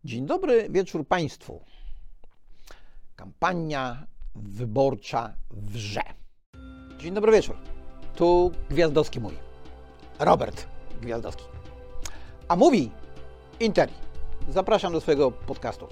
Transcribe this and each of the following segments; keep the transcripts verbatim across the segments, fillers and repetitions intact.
Dzień dobry wieczór Państwu. Kampania wyborcza wrze. Dzień dobry wieczór. Tu Gwiazdowski mój. Robert Gwiazdowski. A mówi Interi. Zapraszam do swojego podcastu.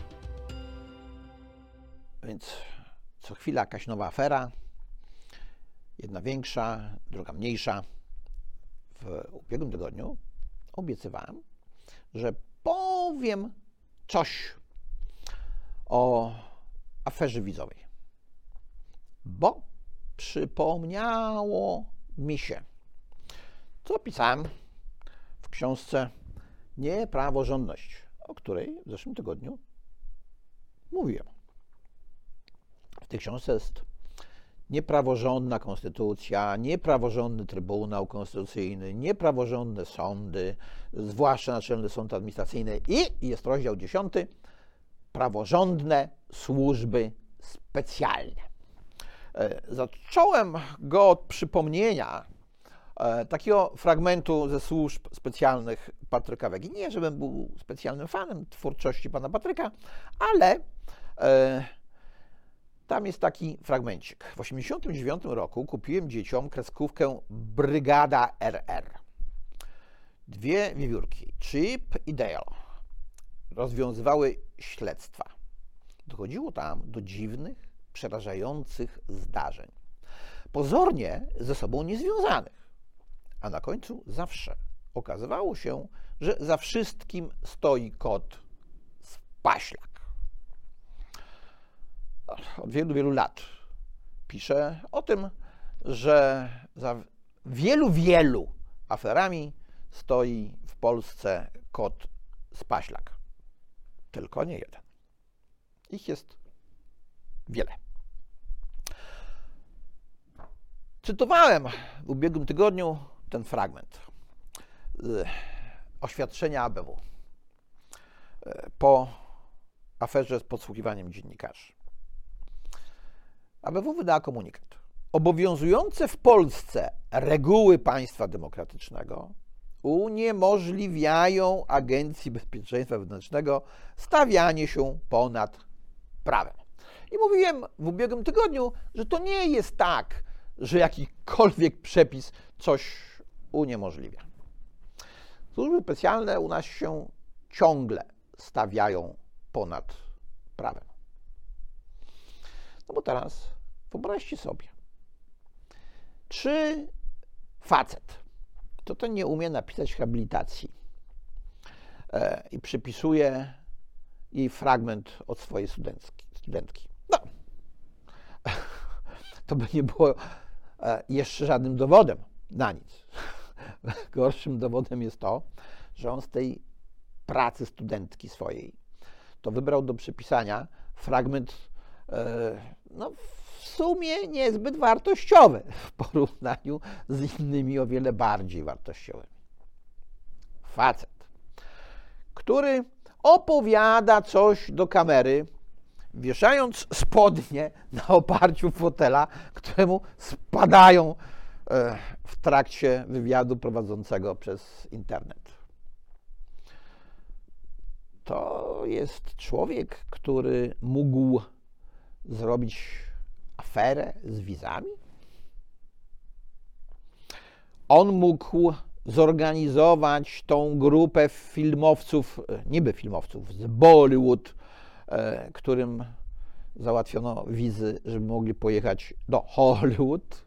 Więc co chwila jakaś nowa afera. Jedna większa, druga mniejsza. W ubiegłym tygodniu obiecywałem, że powiem coś o aferze wizowej, bo przypomniało mi się, co pisałem w książce Niepraworządność, o której w zeszłym tygodniu mówiłem. W tej książce jest niepraworządna konstytucja, niepraworządny Trybunał Konstytucyjny, niepraworządne sądy, zwłaszcza Naczelny Sąd Administracyjny, i jest rozdział dziesiąty, praworządne służby specjalne. Zacząłem go od przypomnienia takiego fragmentu ze służb specjalnych Patryka Wegi. Nie, żebym był specjalnym fanem twórczości pana Patryka, ale tam jest taki fragmencik. W tysiąc dziewięćset osiemdziesiątym dziewiątym roku kupiłem dzieciom kreskówkę Brygada R R. Dwie wiewiórki, Chip i Dale, rozwiązywały śledztwa. Dochodziło tam do dziwnych, przerażających zdarzeń. Pozornie ze sobą niezwiązanych. A na końcu zawsze okazywało się, że za wszystkim stoi kot Spaślak. Od wielu, wielu lat piszę o tym, że za wielu, wielu aferami stoi w Polsce kot Spaślak. Tylko nie jeden. Ich jest wiele. Cytowałem w ubiegłym tygodniu ten fragment z oświadczenia A B W po aferze z podsłuchiwaniem dziennikarzy. A B W wydała komunikat. Obowiązujące w Polsce reguły państwa demokratycznego uniemożliwiają Agencji Bezpieczeństwa Wewnętrznego stawianie się ponad prawem. I mówiłem w ubiegłym tygodniu, że to nie jest tak, że jakikolwiek przepis coś uniemożliwia. Służby specjalne u nas się ciągle stawiają ponad prawem. No bo teraz wyobraźcie sobie, czy facet, to ten nie umie napisać habilitacji e, i przypisuje jej fragment od swojej studentki. studentki. No, to by nie było e, jeszcze żadnym dowodem na nic. Gorszym dowodem jest to, że on z tej pracy studentki swojej to wybrał do przypisania fragment no, w sumie niezbyt wartościowy w porównaniu z innymi o wiele bardziej wartościowymi. Facet, który opowiada coś do kamery, wieszając spodnie na oparciu fotela, któremu spadają w trakcie wywiadu prowadzącego przez internet. To jest człowiek, który mógł zrobić aferę z wizami? On mógł zorganizować tą grupę filmowców, niby filmowców z Bollywood, którym załatwiono wizy, żeby mogli pojechać do Hollywood.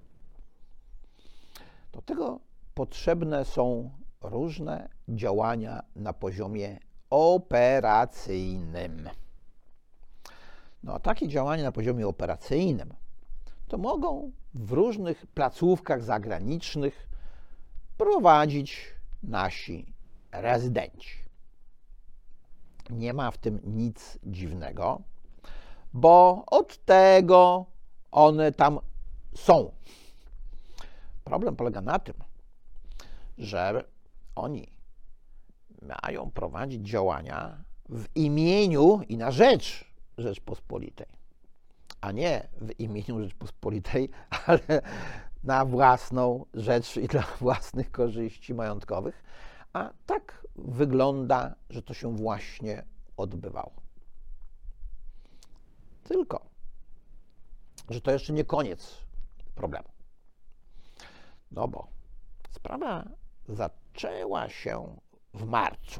Do tego potrzebne są różne działania na poziomie operacyjnym. No a takie działania na poziomie operacyjnym to mogą w różnych placówkach zagranicznych prowadzić nasi rezydenci. Nie ma w tym nic dziwnego, bo od tego one tam są. Problem polega na tym, że oni mają prowadzić działania w imieniu i na rzecz Rzeczpospolitej, a nie w imieniu Rzeczpospolitej, ale na własną rzecz i dla własnych korzyści majątkowych. A tak wygląda, że to się właśnie odbywało. Tylko, że to jeszcze nie koniec problemu. No bo sprawa zaczęła się w marcu.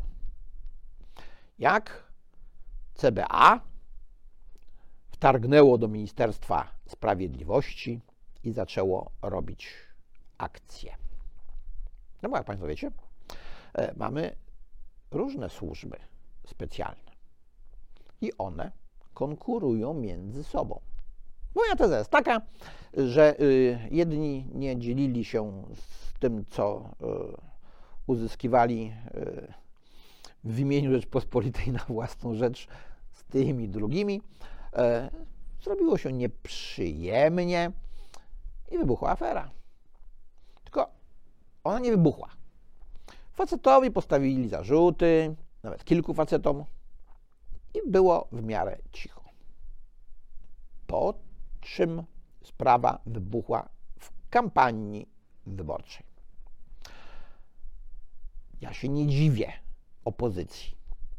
Jak C B A wtargnęło do Ministerstwa Sprawiedliwości i zaczęło robić akcje. No bo jak Państwo wiecie, mamy różne służby specjalne i one konkurują między sobą. Moja teza jest taka, że jedni nie dzielili się z tym, co uzyskiwali w imieniu Rzeczpospolitej na własną rzecz z tymi drugimi. Zrobiło się nieprzyjemnie i wybuchła afera. Tylko ona nie wybuchła. Facetowi postawili zarzuty, nawet kilku facetom, i było w miarę cicho. Po czym sprawa wybuchła w kampanii wyborczej. Ja się nie dziwię opozycji,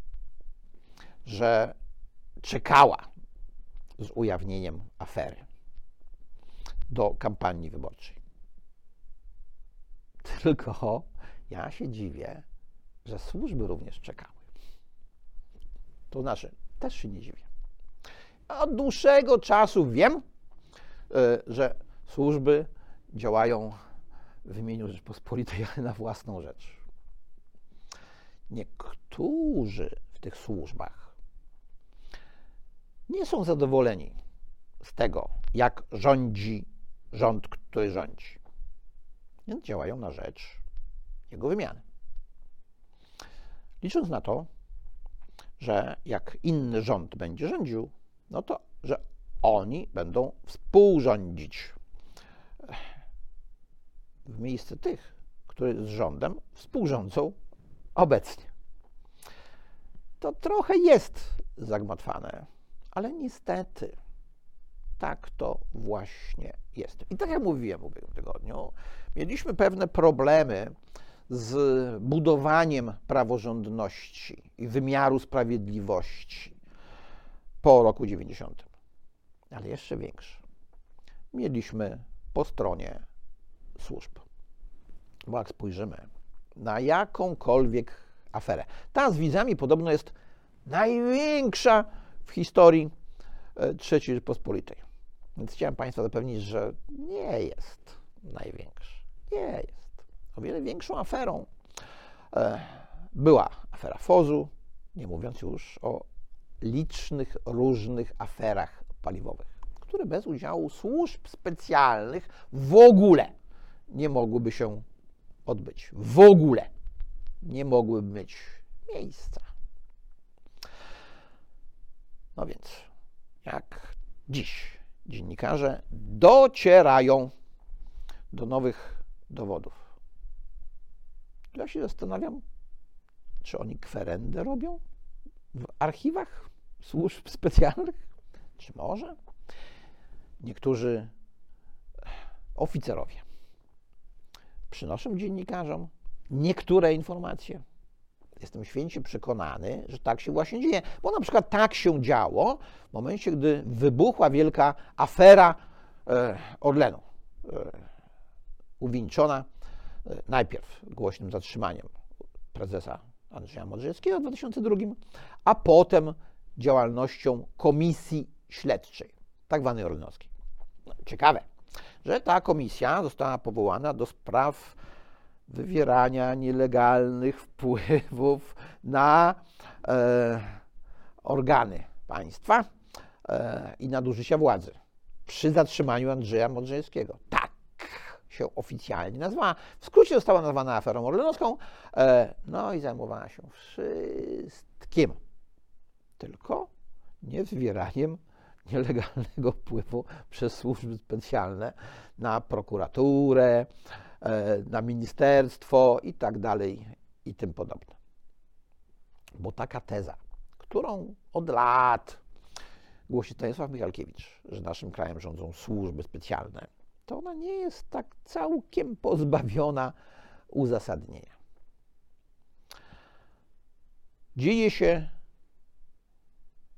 że czekała z ujawnieniem afery do kampanii wyborczej. Tylko ja się dziwię, że służby również czekały. To znaczy, też się nie dziwię. Od dłuższego czasu wiem, że służby działają w imieniu Rzeczpospolitej, ale na własną rzecz. Niektórzy w tych służbach nie są zadowoleni z tego, jak rządzi rząd, który rządzi. Więc działają na rzecz jego wymiany. Licząc na to, że jak inny rząd będzie rządził, no to, że oni będą współrządzić w miejsce tych, którzy z rządem współrządzą obecnie. To trochę jest zagmatwane, ale niestety tak to właśnie jest. I tak jak mówiłem w ubiegłym tygodniu, mieliśmy pewne problemy z budowaniem praworządności i wymiaru sprawiedliwości po roku dziewięćdziesiątym. Ale jeszcze większe mieliśmy po stronie służb. Bo jak spojrzymy na jakąkolwiek aferę, ta z wizami podobno jest największa w historii trzeciej Rzeczypospolitej. Więc chciałem Państwa zapewnić, że nie jest największa. Nie jest. O wiele większą aferą była afera F O Z-u, nie mówiąc już o licznych różnych aferach paliwowych, które bez udziału służb specjalnych w ogóle nie mogłyby się odbyć. W ogóle nie mogłyby mieć miejsca. No więc, jak dziś dziennikarze docierają do nowych dowodów, ja się zastanawiam, czy oni kwerendę robią w archiwach służb specjalnych? Czy może niektórzy oficerowie przynoszą dziennikarzom niektóre informacje? Jestem święcie przekonany, że tak się właśnie dzieje, bo na przykład tak się działo w momencie, gdy wybuchła wielka afera e, Orlenu, e, uwieńczona e, najpierw głośnym zatrzymaniem prezesa Andrzeja Modrzejewskiego w dwa tysiące drugim, a potem działalnością komisji śledczej, tak zwanej orlenowskiej. No, ciekawe, że ta komisja została powołana do spraw wywierania nielegalnych wpływów na e, organy państwa e, i nadużycia władzy przy zatrzymaniu Andrzeja Modrzejewskiego. Tak się oficjalnie nazwała. W skrócie została nazwana aferą orlenowską, e, no i zajmowała się wszystkim, tylko nie wywieraniem nielegalnego wpływu przez służby specjalne na prokuraturę, na ministerstwo i tak dalej i tym podobne. Bo taka teza, którą od lat głosi Stanisław Michalkiewicz, że naszym krajem rządzą służby specjalne, to ona nie jest tak całkiem pozbawiona uzasadnienia. Dzieje się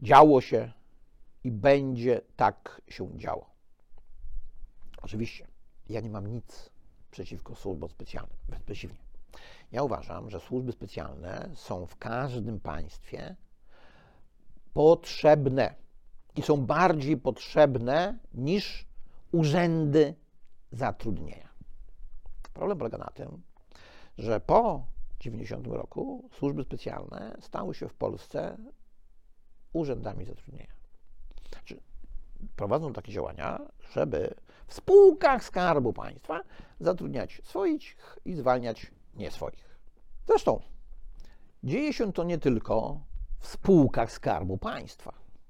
działo się i będzie tak się działo. Oczywiście, ja nie mam nic przeciwko służbom specjalnym, wręcz przeciwnie. Ja uważam, że służby specjalne są w każdym państwie potrzebne i są bardziej potrzebne niż urzędy zatrudnienia. Problem polega na tym, że po dziewięćdziesiątym roku służby specjalne stały się w Polsce urzędami zatrudnienia. Znaczy, prowadzą takie działania, żeby w spółkach Skarbu Państwa zatrudniać swoich i zwalniać nie swoich. Zresztą dzieje się to nie tylko w spółkach Skarbu Państwa.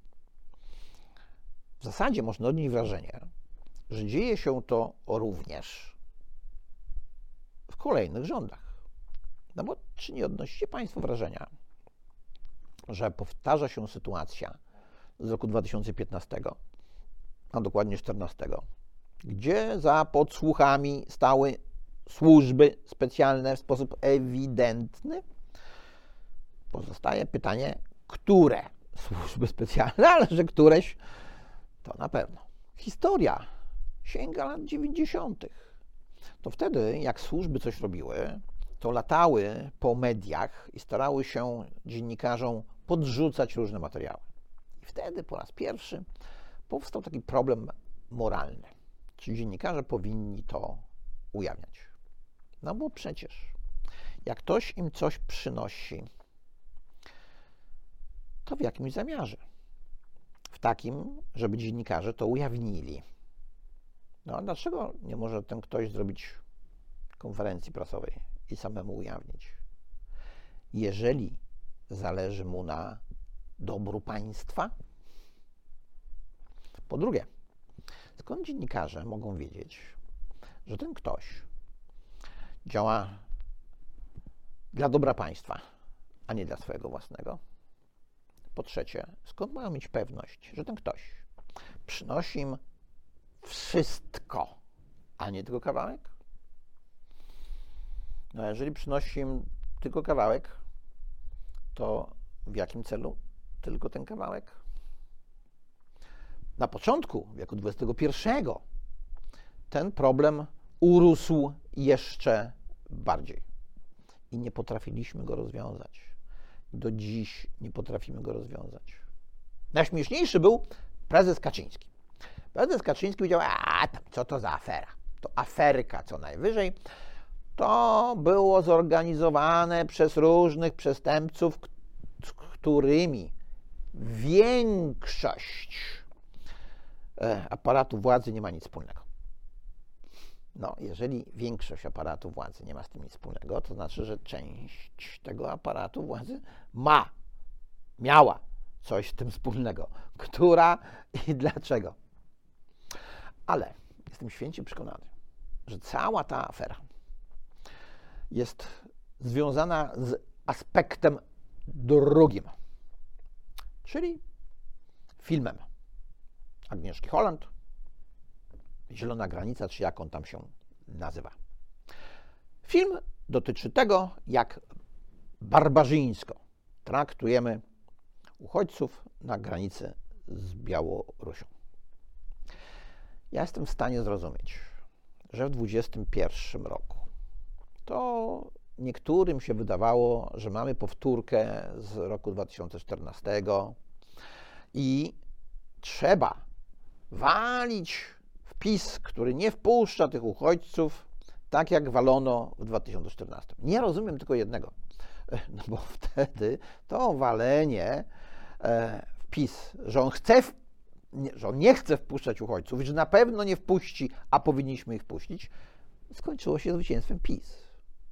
W zasadzie można odnieść wrażenie, że dzieje się to również w kolejnych rządach. No bo czy nie odnosicie Państwo wrażenia, że powtarza się sytuacja z roku dwa tysiące piętnastego, a dokładnie czternastego, gdzie za podsłuchami stały służby specjalne w sposób ewidentny? Pozostaje pytanie, które służby specjalne, ale że któreś to na pewno. Historia sięga lat dziewięćdziesiątych. To wtedy, jak służby coś robiły, to latały po mediach i starały się dziennikarzom podrzucać różne materiały. I wtedy po raz pierwszy powstał taki problem moralny. Czy dziennikarze powinni to ujawniać? No bo przecież, jak ktoś im coś przynosi, to w jakimś zamiarze. W takim, żeby dziennikarze to ujawnili. No a dlaczego nie może ten ktoś zrobić konferencji prasowej i samemu ujawnić? Jeżeli zależy mu na dobru państwa. Po drugie, skąd dziennikarze mogą wiedzieć, że ten ktoś działa dla dobra państwa, a nie dla swojego własnego? Po trzecie, skąd mają mieć pewność, że ten ktoś przynosi im wszystko, a nie tylko kawałek? No a jeżeli przynosi im tylko kawałek, to w jakim celu tylko ten kawałek? Na początku wieku dwudziestego pierwszego ten problem urósł jeszcze bardziej i nie potrafiliśmy go rozwiązać. Do dziś nie potrafimy go rozwiązać. Najśmieszniejszy był prezes Kaczyński. Prezes Kaczyński powiedział, a tam, co to za afera? To aferka co najwyżej. To było zorganizowane przez różnych przestępców, z którymi większość aparatu władzy nie ma nic wspólnego. No, jeżeli większość aparatu władzy nie ma z tym nic wspólnego, to znaczy, że część tego aparatu władzy ma, miała coś z tym wspólnego. Która i dlaczego? Ale jestem święcie przekonany, że cała ta afera jest związana z aspektem drugim, czyli filmem Agnieszki Holland, Zielona granica, czy jak on tam się nazywa. Film dotyczy tego, jak barbarzyńsko traktujemy uchodźców na granicy z Białorusią. Ja jestem w stanie zrozumieć, że w dwudziestym pierwszym roku to niektórym się wydawało, że mamy powtórkę z roku dwa tysiące czternastego i trzeba walić w PiS, który nie wpuszcza tych uchodźców, tak jak walono w dwa tysiące czternastym. Nie rozumiem tylko jednego, no bo wtedy to walenie w PiS, że on chce, w, nie, że on nie chce wpuszczać uchodźców i że na pewno nie wpuści, a powinniśmy ich wpuścić, skończyło się zwycięstwem PiS.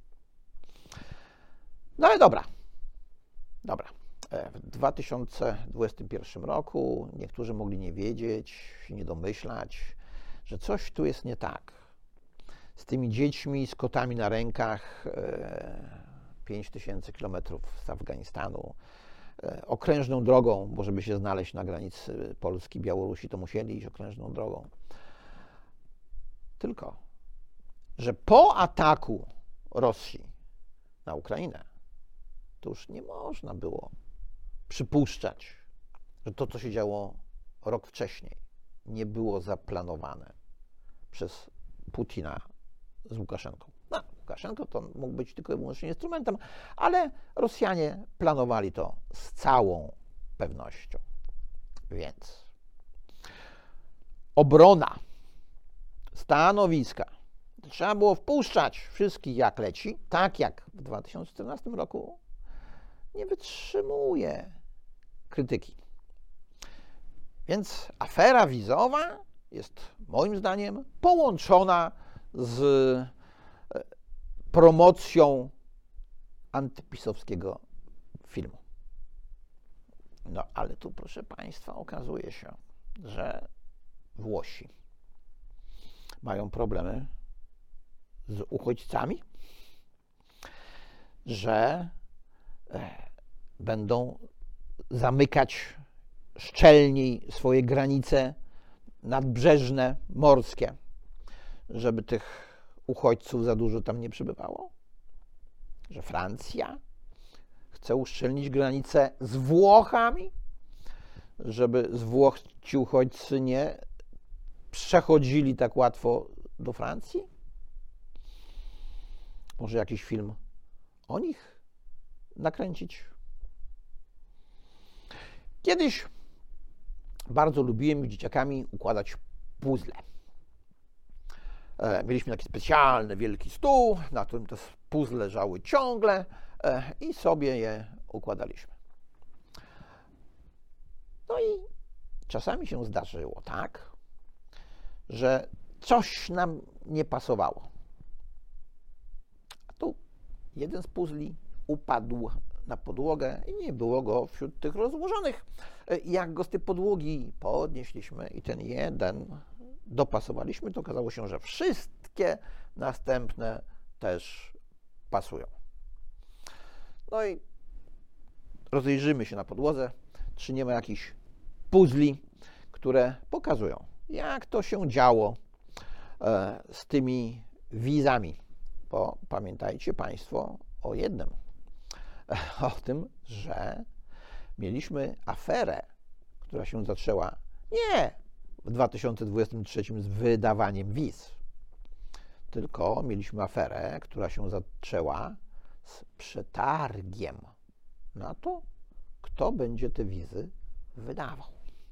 No ale dobra, dobra. W dwa tysiące dwudziestym pierwszym roku niektórzy mogli nie wiedzieć, się nie domyślać, że coś tu jest nie tak. Z tymi dziećmi, z kotami na rękach, pięć tysięcy kilometrów z Afganistanu, okrężną drogą, bo żeby się znaleźć na granicy Polski, Białorusi, to musieli iść okrężną drogą. Tylko, że po ataku Rosji na Ukrainę, to już nie można było przypuszczać, że to, co się działo rok wcześniej, nie było zaplanowane przez Putina z Łukaszenką. No, Łukaszenko to mógł być tylko i wyłącznie instrumentem, ale Rosjanie planowali to z całą pewnością. Więc obrona stanowiska. Trzeba było wpuszczać wszystkich jak leci, tak jak w dwa tysiące czternastym roku, nie wytrzymuje krytyki. Więc afera wizowa jest moim zdaniem połączona z promocją antypisowskiego filmu. No ale tu, proszę Państwa, okazuje się, że Włosi mają problemy z uchodźcami, że będą zamykać szczelniej swoje granice nadbrzeżne, morskie, żeby tych uchodźców za dużo tam nie przybywało, że Francja chce uszczelnić granice z Włochami, żeby z Włoch ci uchodźcy nie przechodzili tak łatwo do Francji. Może jakiś film o nich nakręcić. Kiedyś bardzo lubiłem z dzieciakami układać puzzle. Mieliśmy taki specjalny, wielki stół, na którym te puzzle leżały ciągle i sobie je układaliśmy. No i czasami się zdarzyło tak, że coś nam nie pasowało. A tu jeden z puzli upadł na podłogę i nie było go wśród tych rozłożonych. Jak go z tej podłogi podnieśliśmy i ten jeden dopasowaliśmy, to okazało się, że wszystkie następne też pasują. No i rozejrzymy się na podłodze, czy nie ma jakichś puzli, które pokazują, jak to się działo e, z tymi wizami. Bo pamiętajcie Państwo o jednym, o tym, że mieliśmy aferę, która się zaczęła nie w dwa tysiące dwudziestym trzecim z wydawaniem wiz, tylko mieliśmy aferę, która się zaczęła z przetargiem na to, kto będzie te wizy wydawał.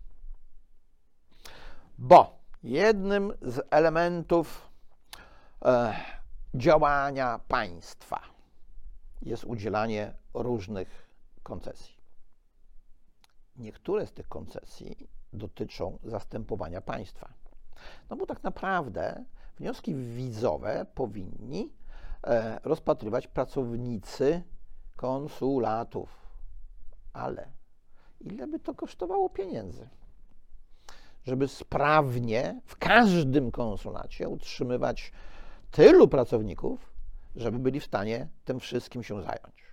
Bo jednym z elementów e, działania państwa jest udzielanie różnych koncesji. Niektóre z tych koncesji dotyczą zastępowania państwa. No bo tak naprawdę wnioski wizowe powinni e, rozpatrywać pracownicy konsulatów. Ale ile by to kosztowało pieniędzy, żeby sprawnie w każdym konsulacie utrzymywać tylu pracowników, żeby byli w stanie tym wszystkim się zająć.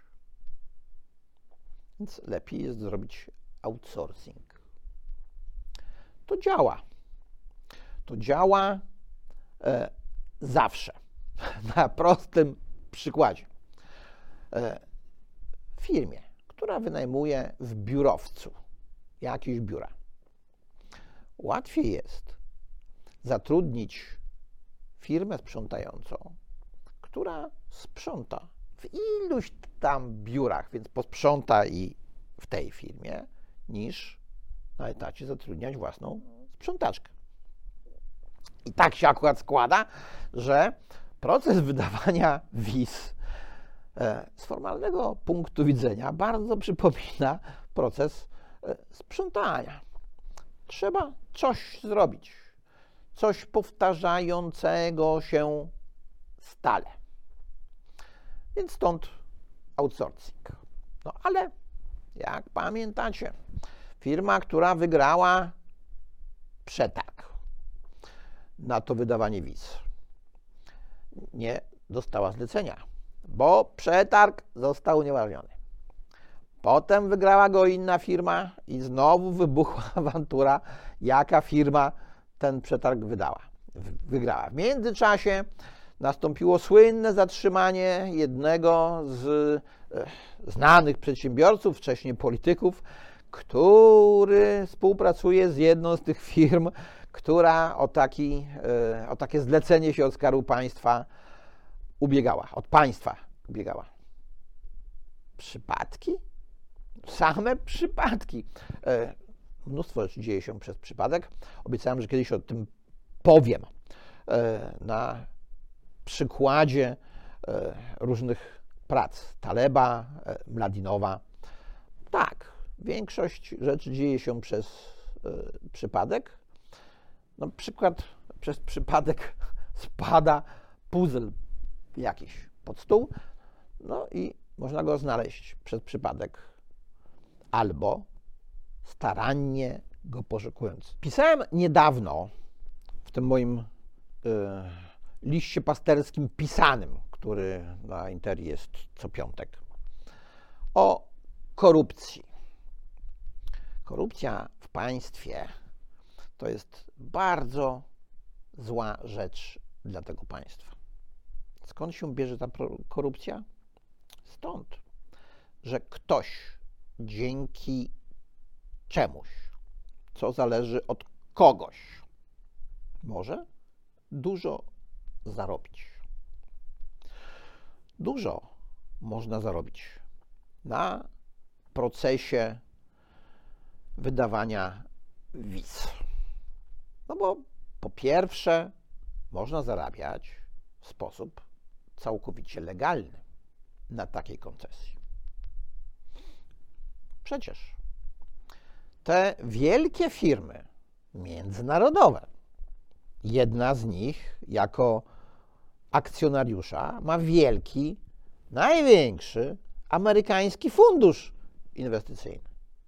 Więc lepiej jest zrobić outsourcing. To działa. To działa e, zawsze. Na prostym przykładzie. E, w firmie, która wynajmuje w biurowcu jakieś biura, łatwiej jest zatrudnić firmę sprzątającą, która sprząta w iluś tam biurach, więc posprząta i w tej firmie, niż na etacie zatrudniać własną sprzątaczkę. I tak się akurat składa, że proces wydawania wiz e, z formalnego punktu widzenia bardzo przypomina proces e, sprzątania. Trzeba coś zrobić, coś powtarzającego się stale. Więc stąd outsourcing. No ale jak pamiętacie, firma, która wygrała przetarg na to wydawanie wiz, nie dostała zlecenia, bo przetarg został unieważniony. Potem wygrała go inna firma i znowu wybuchła awantura, jaka firma ten przetarg wydała, wygrała. W międzyczasie nastąpiło słynne zatrzymanie jednego z e, znanych przedsiębiorców, wcześniej polityków, który współpracuje z jedną z tych firm, która o, taki, o takie zlecenie się od Skarbu Państwa ubiegała, od państwa ubiegała. Przypadki? Same przypadki. Mnóstwo rzeczy dzieje się przez przypadek. Obiecałem, że kiedyś o tym powiem na przykładzie różnych prac Taleba, Mladinowa. Tak, większość rzeczy dzieje się przez przypadek. Na przykład przez przypadek spada puzzle jakiś pod stół, no i można go znaleźć przez przypadek albo starannie go poszukując. Pisałem niedawno w tym moim y, liście pasterskim pisanym, który na Interi jest co piątek, o korupcji. Korupcja w państwie to jest bardzo zła rzecz dla tego państwa. Skąd się bierze ta korupcja? Stąd, że ktoś dzięki czemuś, co zależy od kogoś, może dużo zarobić. Dużo można zarobić na procesie wydawania wiz. No bo po pierwsze można zarabiać w sposób całkowicie legalny na takiej koncesji. Przecież te wielkie firmy międzynarodowe, jedna z nich jako akcjonariusza ma wielki, największy amerykański fundusz inwestycyjny.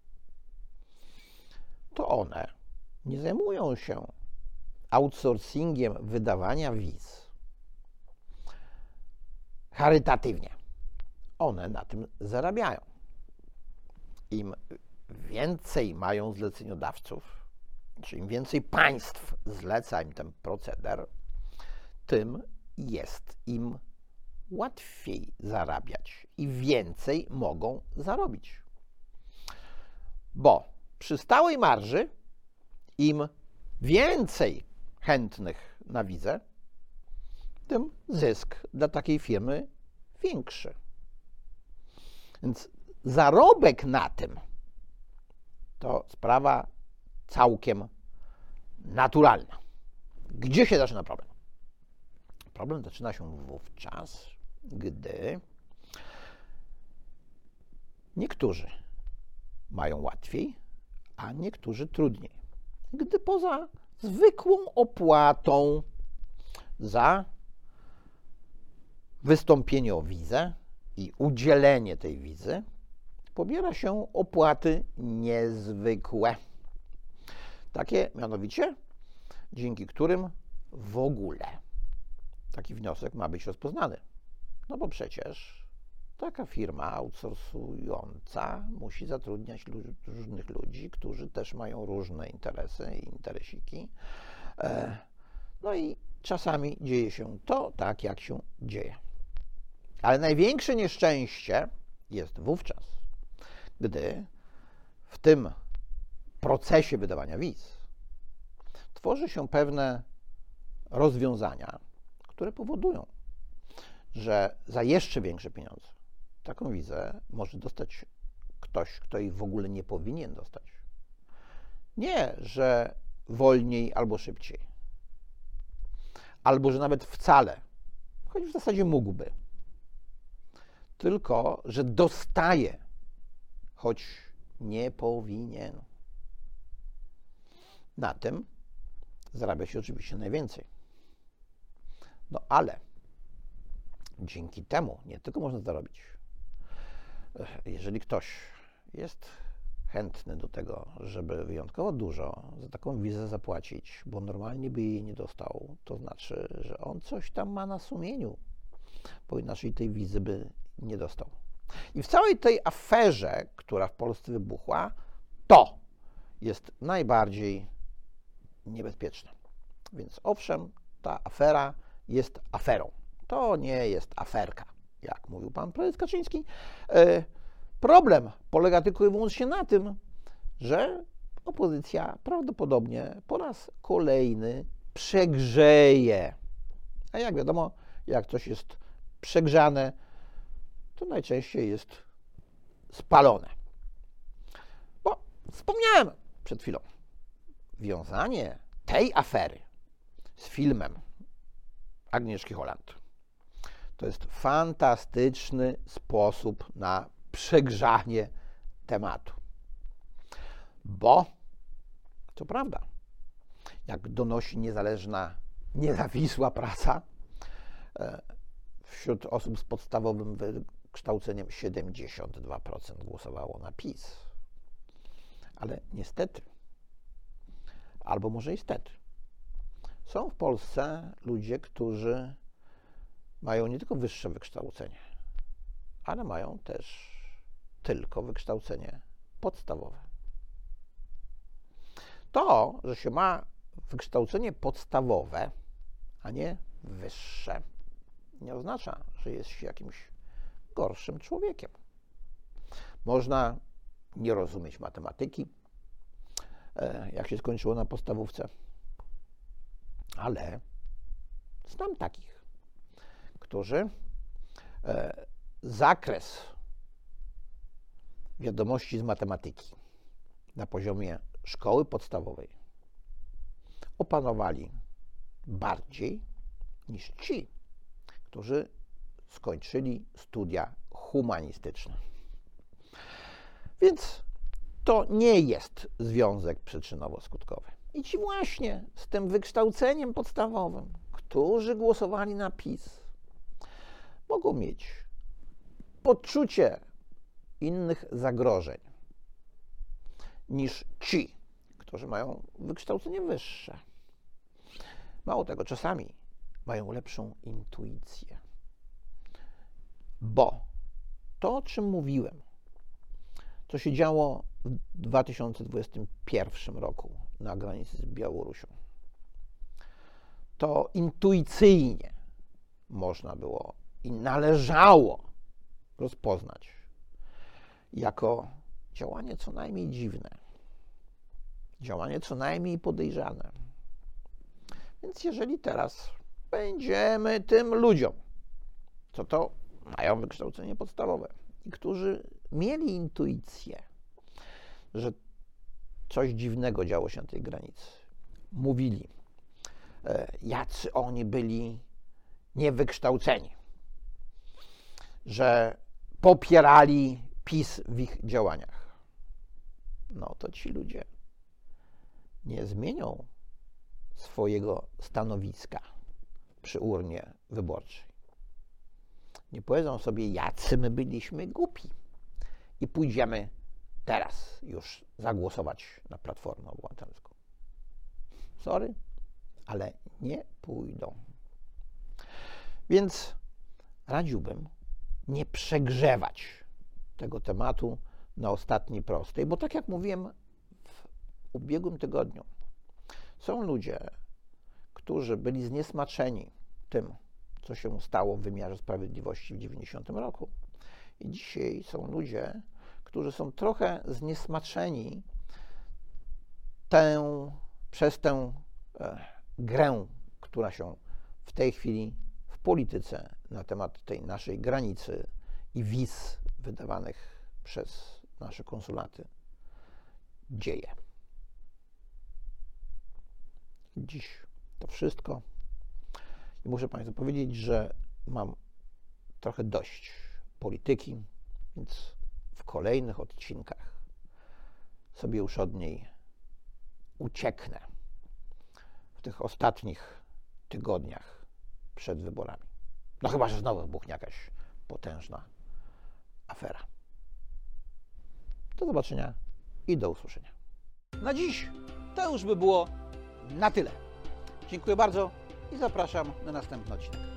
To one nie zajmują się outsourcingiem wydawania wiz charytatywnie. One na tym zarabiają. Im więcej mają zleceniodawców, czy im więcej państw zleca im ten proceder, tym jest im łatwiej zarabiać i więcej mogą zarobić. Bo przy stałej marży im więcej chętnych na wizę, tym zysk dla takiej firmy większy. Więc zarobek na tym to sprawa całkiem naturalna. Gdzie się zaczyna problem? Problem zaczyna się wówczas, gdy niektórzy mają łatwiej, a niektórzy trudniej. Gdy poza zwykłą opłatą za wystąpienie o wizę i udzielenie tej wizy pobiera się opłaty niezwykłe. Takie mianowicie, dzięki którym w ogóle taki wniosek ma być rozpoznany. No bo przecież taka firma outsourcująca musi zatrudniać lu- różnych ludzi, którzy też mają różne interesy i interesiki. E, no i czasami dzieje się to tak, jak się dzieje. Ale największe nieszczęście jest wówczas, gdy w tym procesie wydawania wiz tworzy się pewne rozwiązania, które powodują, że za jeszcze większe pieniądze taką wizę może dostać ktoś, kto jej w ogóle nie powinien dostać. Nie, że wolniej albo szybciej, albo że nawet wcale, choć w zasadzie mógłby, tylko że dostaje, choć nie powinien. Na tym zarabia się oczywiście najwięcej. No ale dzięki temu nie tylko można zarobić. Jeżeli ktoś jest chętny do tego, żeby wyjątkowo dużo za taką wizę zapłacić, bo normalnie by jej nie dostał, to znaczy, że on coś tam ma na sumieniu, bo inaczej tej wizy by nie dostał. I w całej tej aferze, która w Polsce wybuchła, to jest najbardziej niebezpieczne. Więc owszem, ta afera jest aferą. To nie jest aferka, jak mówił pan prezes Kaczyński. Problem polega tylko i wyłącznie na tym, że opozycja prawdopodobnie po raz kolejny przegrzeje. A jak wiadomo, jak coś jest przegrzane, to najczęściej jest spalone. Bo wspomniałem przed chwilą, wiązanie tej afery z filmem Agnieszki Holland to jest fantastyczny sposób na przegrzanie tematu. Bo, co prawda, jak donosi niezależna, niezawisła prasa, wśród osób z podstawowym wykształceniem siedemdziesiąt dwa procent głosowało na PiS. Ale niestety, albo może i stety, są w Polsce ludzie, którzy mają nie tylko wyższe wykształcenie, ale mają też tylko wykształcenie podstawowe. To, że się ma wykształcenie podstawowe, a nie wyższe, nie oznacza, że jest się jakimś gorszym człowiekiem. Można nie rozumieć matematyki, jak się skończyło na podstawówce, ale znam takich, którzy zakres wiadomości z matematyki na poziomie szkoły podstawowej opanowali bardziej niż ci, którzy skończyli studia humanistyczne. Więc to nie jest związek przyczynowo-skutkowy. I ci właśnie z tym wykształceniem podstawowym, którzy głosowali na PiS, mogą mieć poczucie innych zagrożeń niż ci, którzy mają wykształcenie wyższe. Mało tego, czasami mają lepszą intuicję. Bo to, o czym mówiłem, co się działo w dwa tysiące dwudziestym pierwszym roku na granicy z Białorusią, to intuicyjnie można było i należało rozpoznać jako działanie co najmniej dziwne, działanie co najmniej podejrzane. Więc jeżeli teraz będziemy tym ludziom, co to mają wykształcenie podstawowe i którzy mieli intuicję, że coś dziwnego działo się na tej granicy, mówili, jacy oni byli niewykształceni, że popierali PiS w ich działaniach, no to ci ludzie nie zmienią swojego stanowiska przy urnie wyborczej. Nie powiedzą sobie, jacy my byliśmy głupi i pójdziemy teraz już zagłosować na Platformę Obywatelską. Sorry, ale nie pójdą. Więc radziłbym nie przegrzewać tego tematu na ostatniej prostej, bo tak jak mówiłem w ubiegłym tygodniu, są ludzie, którzy byli zniesmaczeni tym, co się stało w wymiarze sprawiedliwości w dziewięćdziesiątym roku. I dzisiaj są ludzie, którzy są trochę zniesmaczeni tę, przez tę e, grę, która się w tej chwili w polityce na temat tej naszej granicy i wiz wydawanych przez nasze konsulaty dzieje. Dziś to wszystko. I muszę Państwu powiedzieć, że mam trochę dość polityki, więc w kolejnych odcinkach sobie już od niej ucieknę w tych ostatnich tygodniach przed wyborami. No chyba, że znowu wybuchnie jakaś potężna afera. Do zobaczenia i do usłyszenia. Na dziś to już by było na tyle. Dziękuję bardzo i zapraszam na następny odcinek.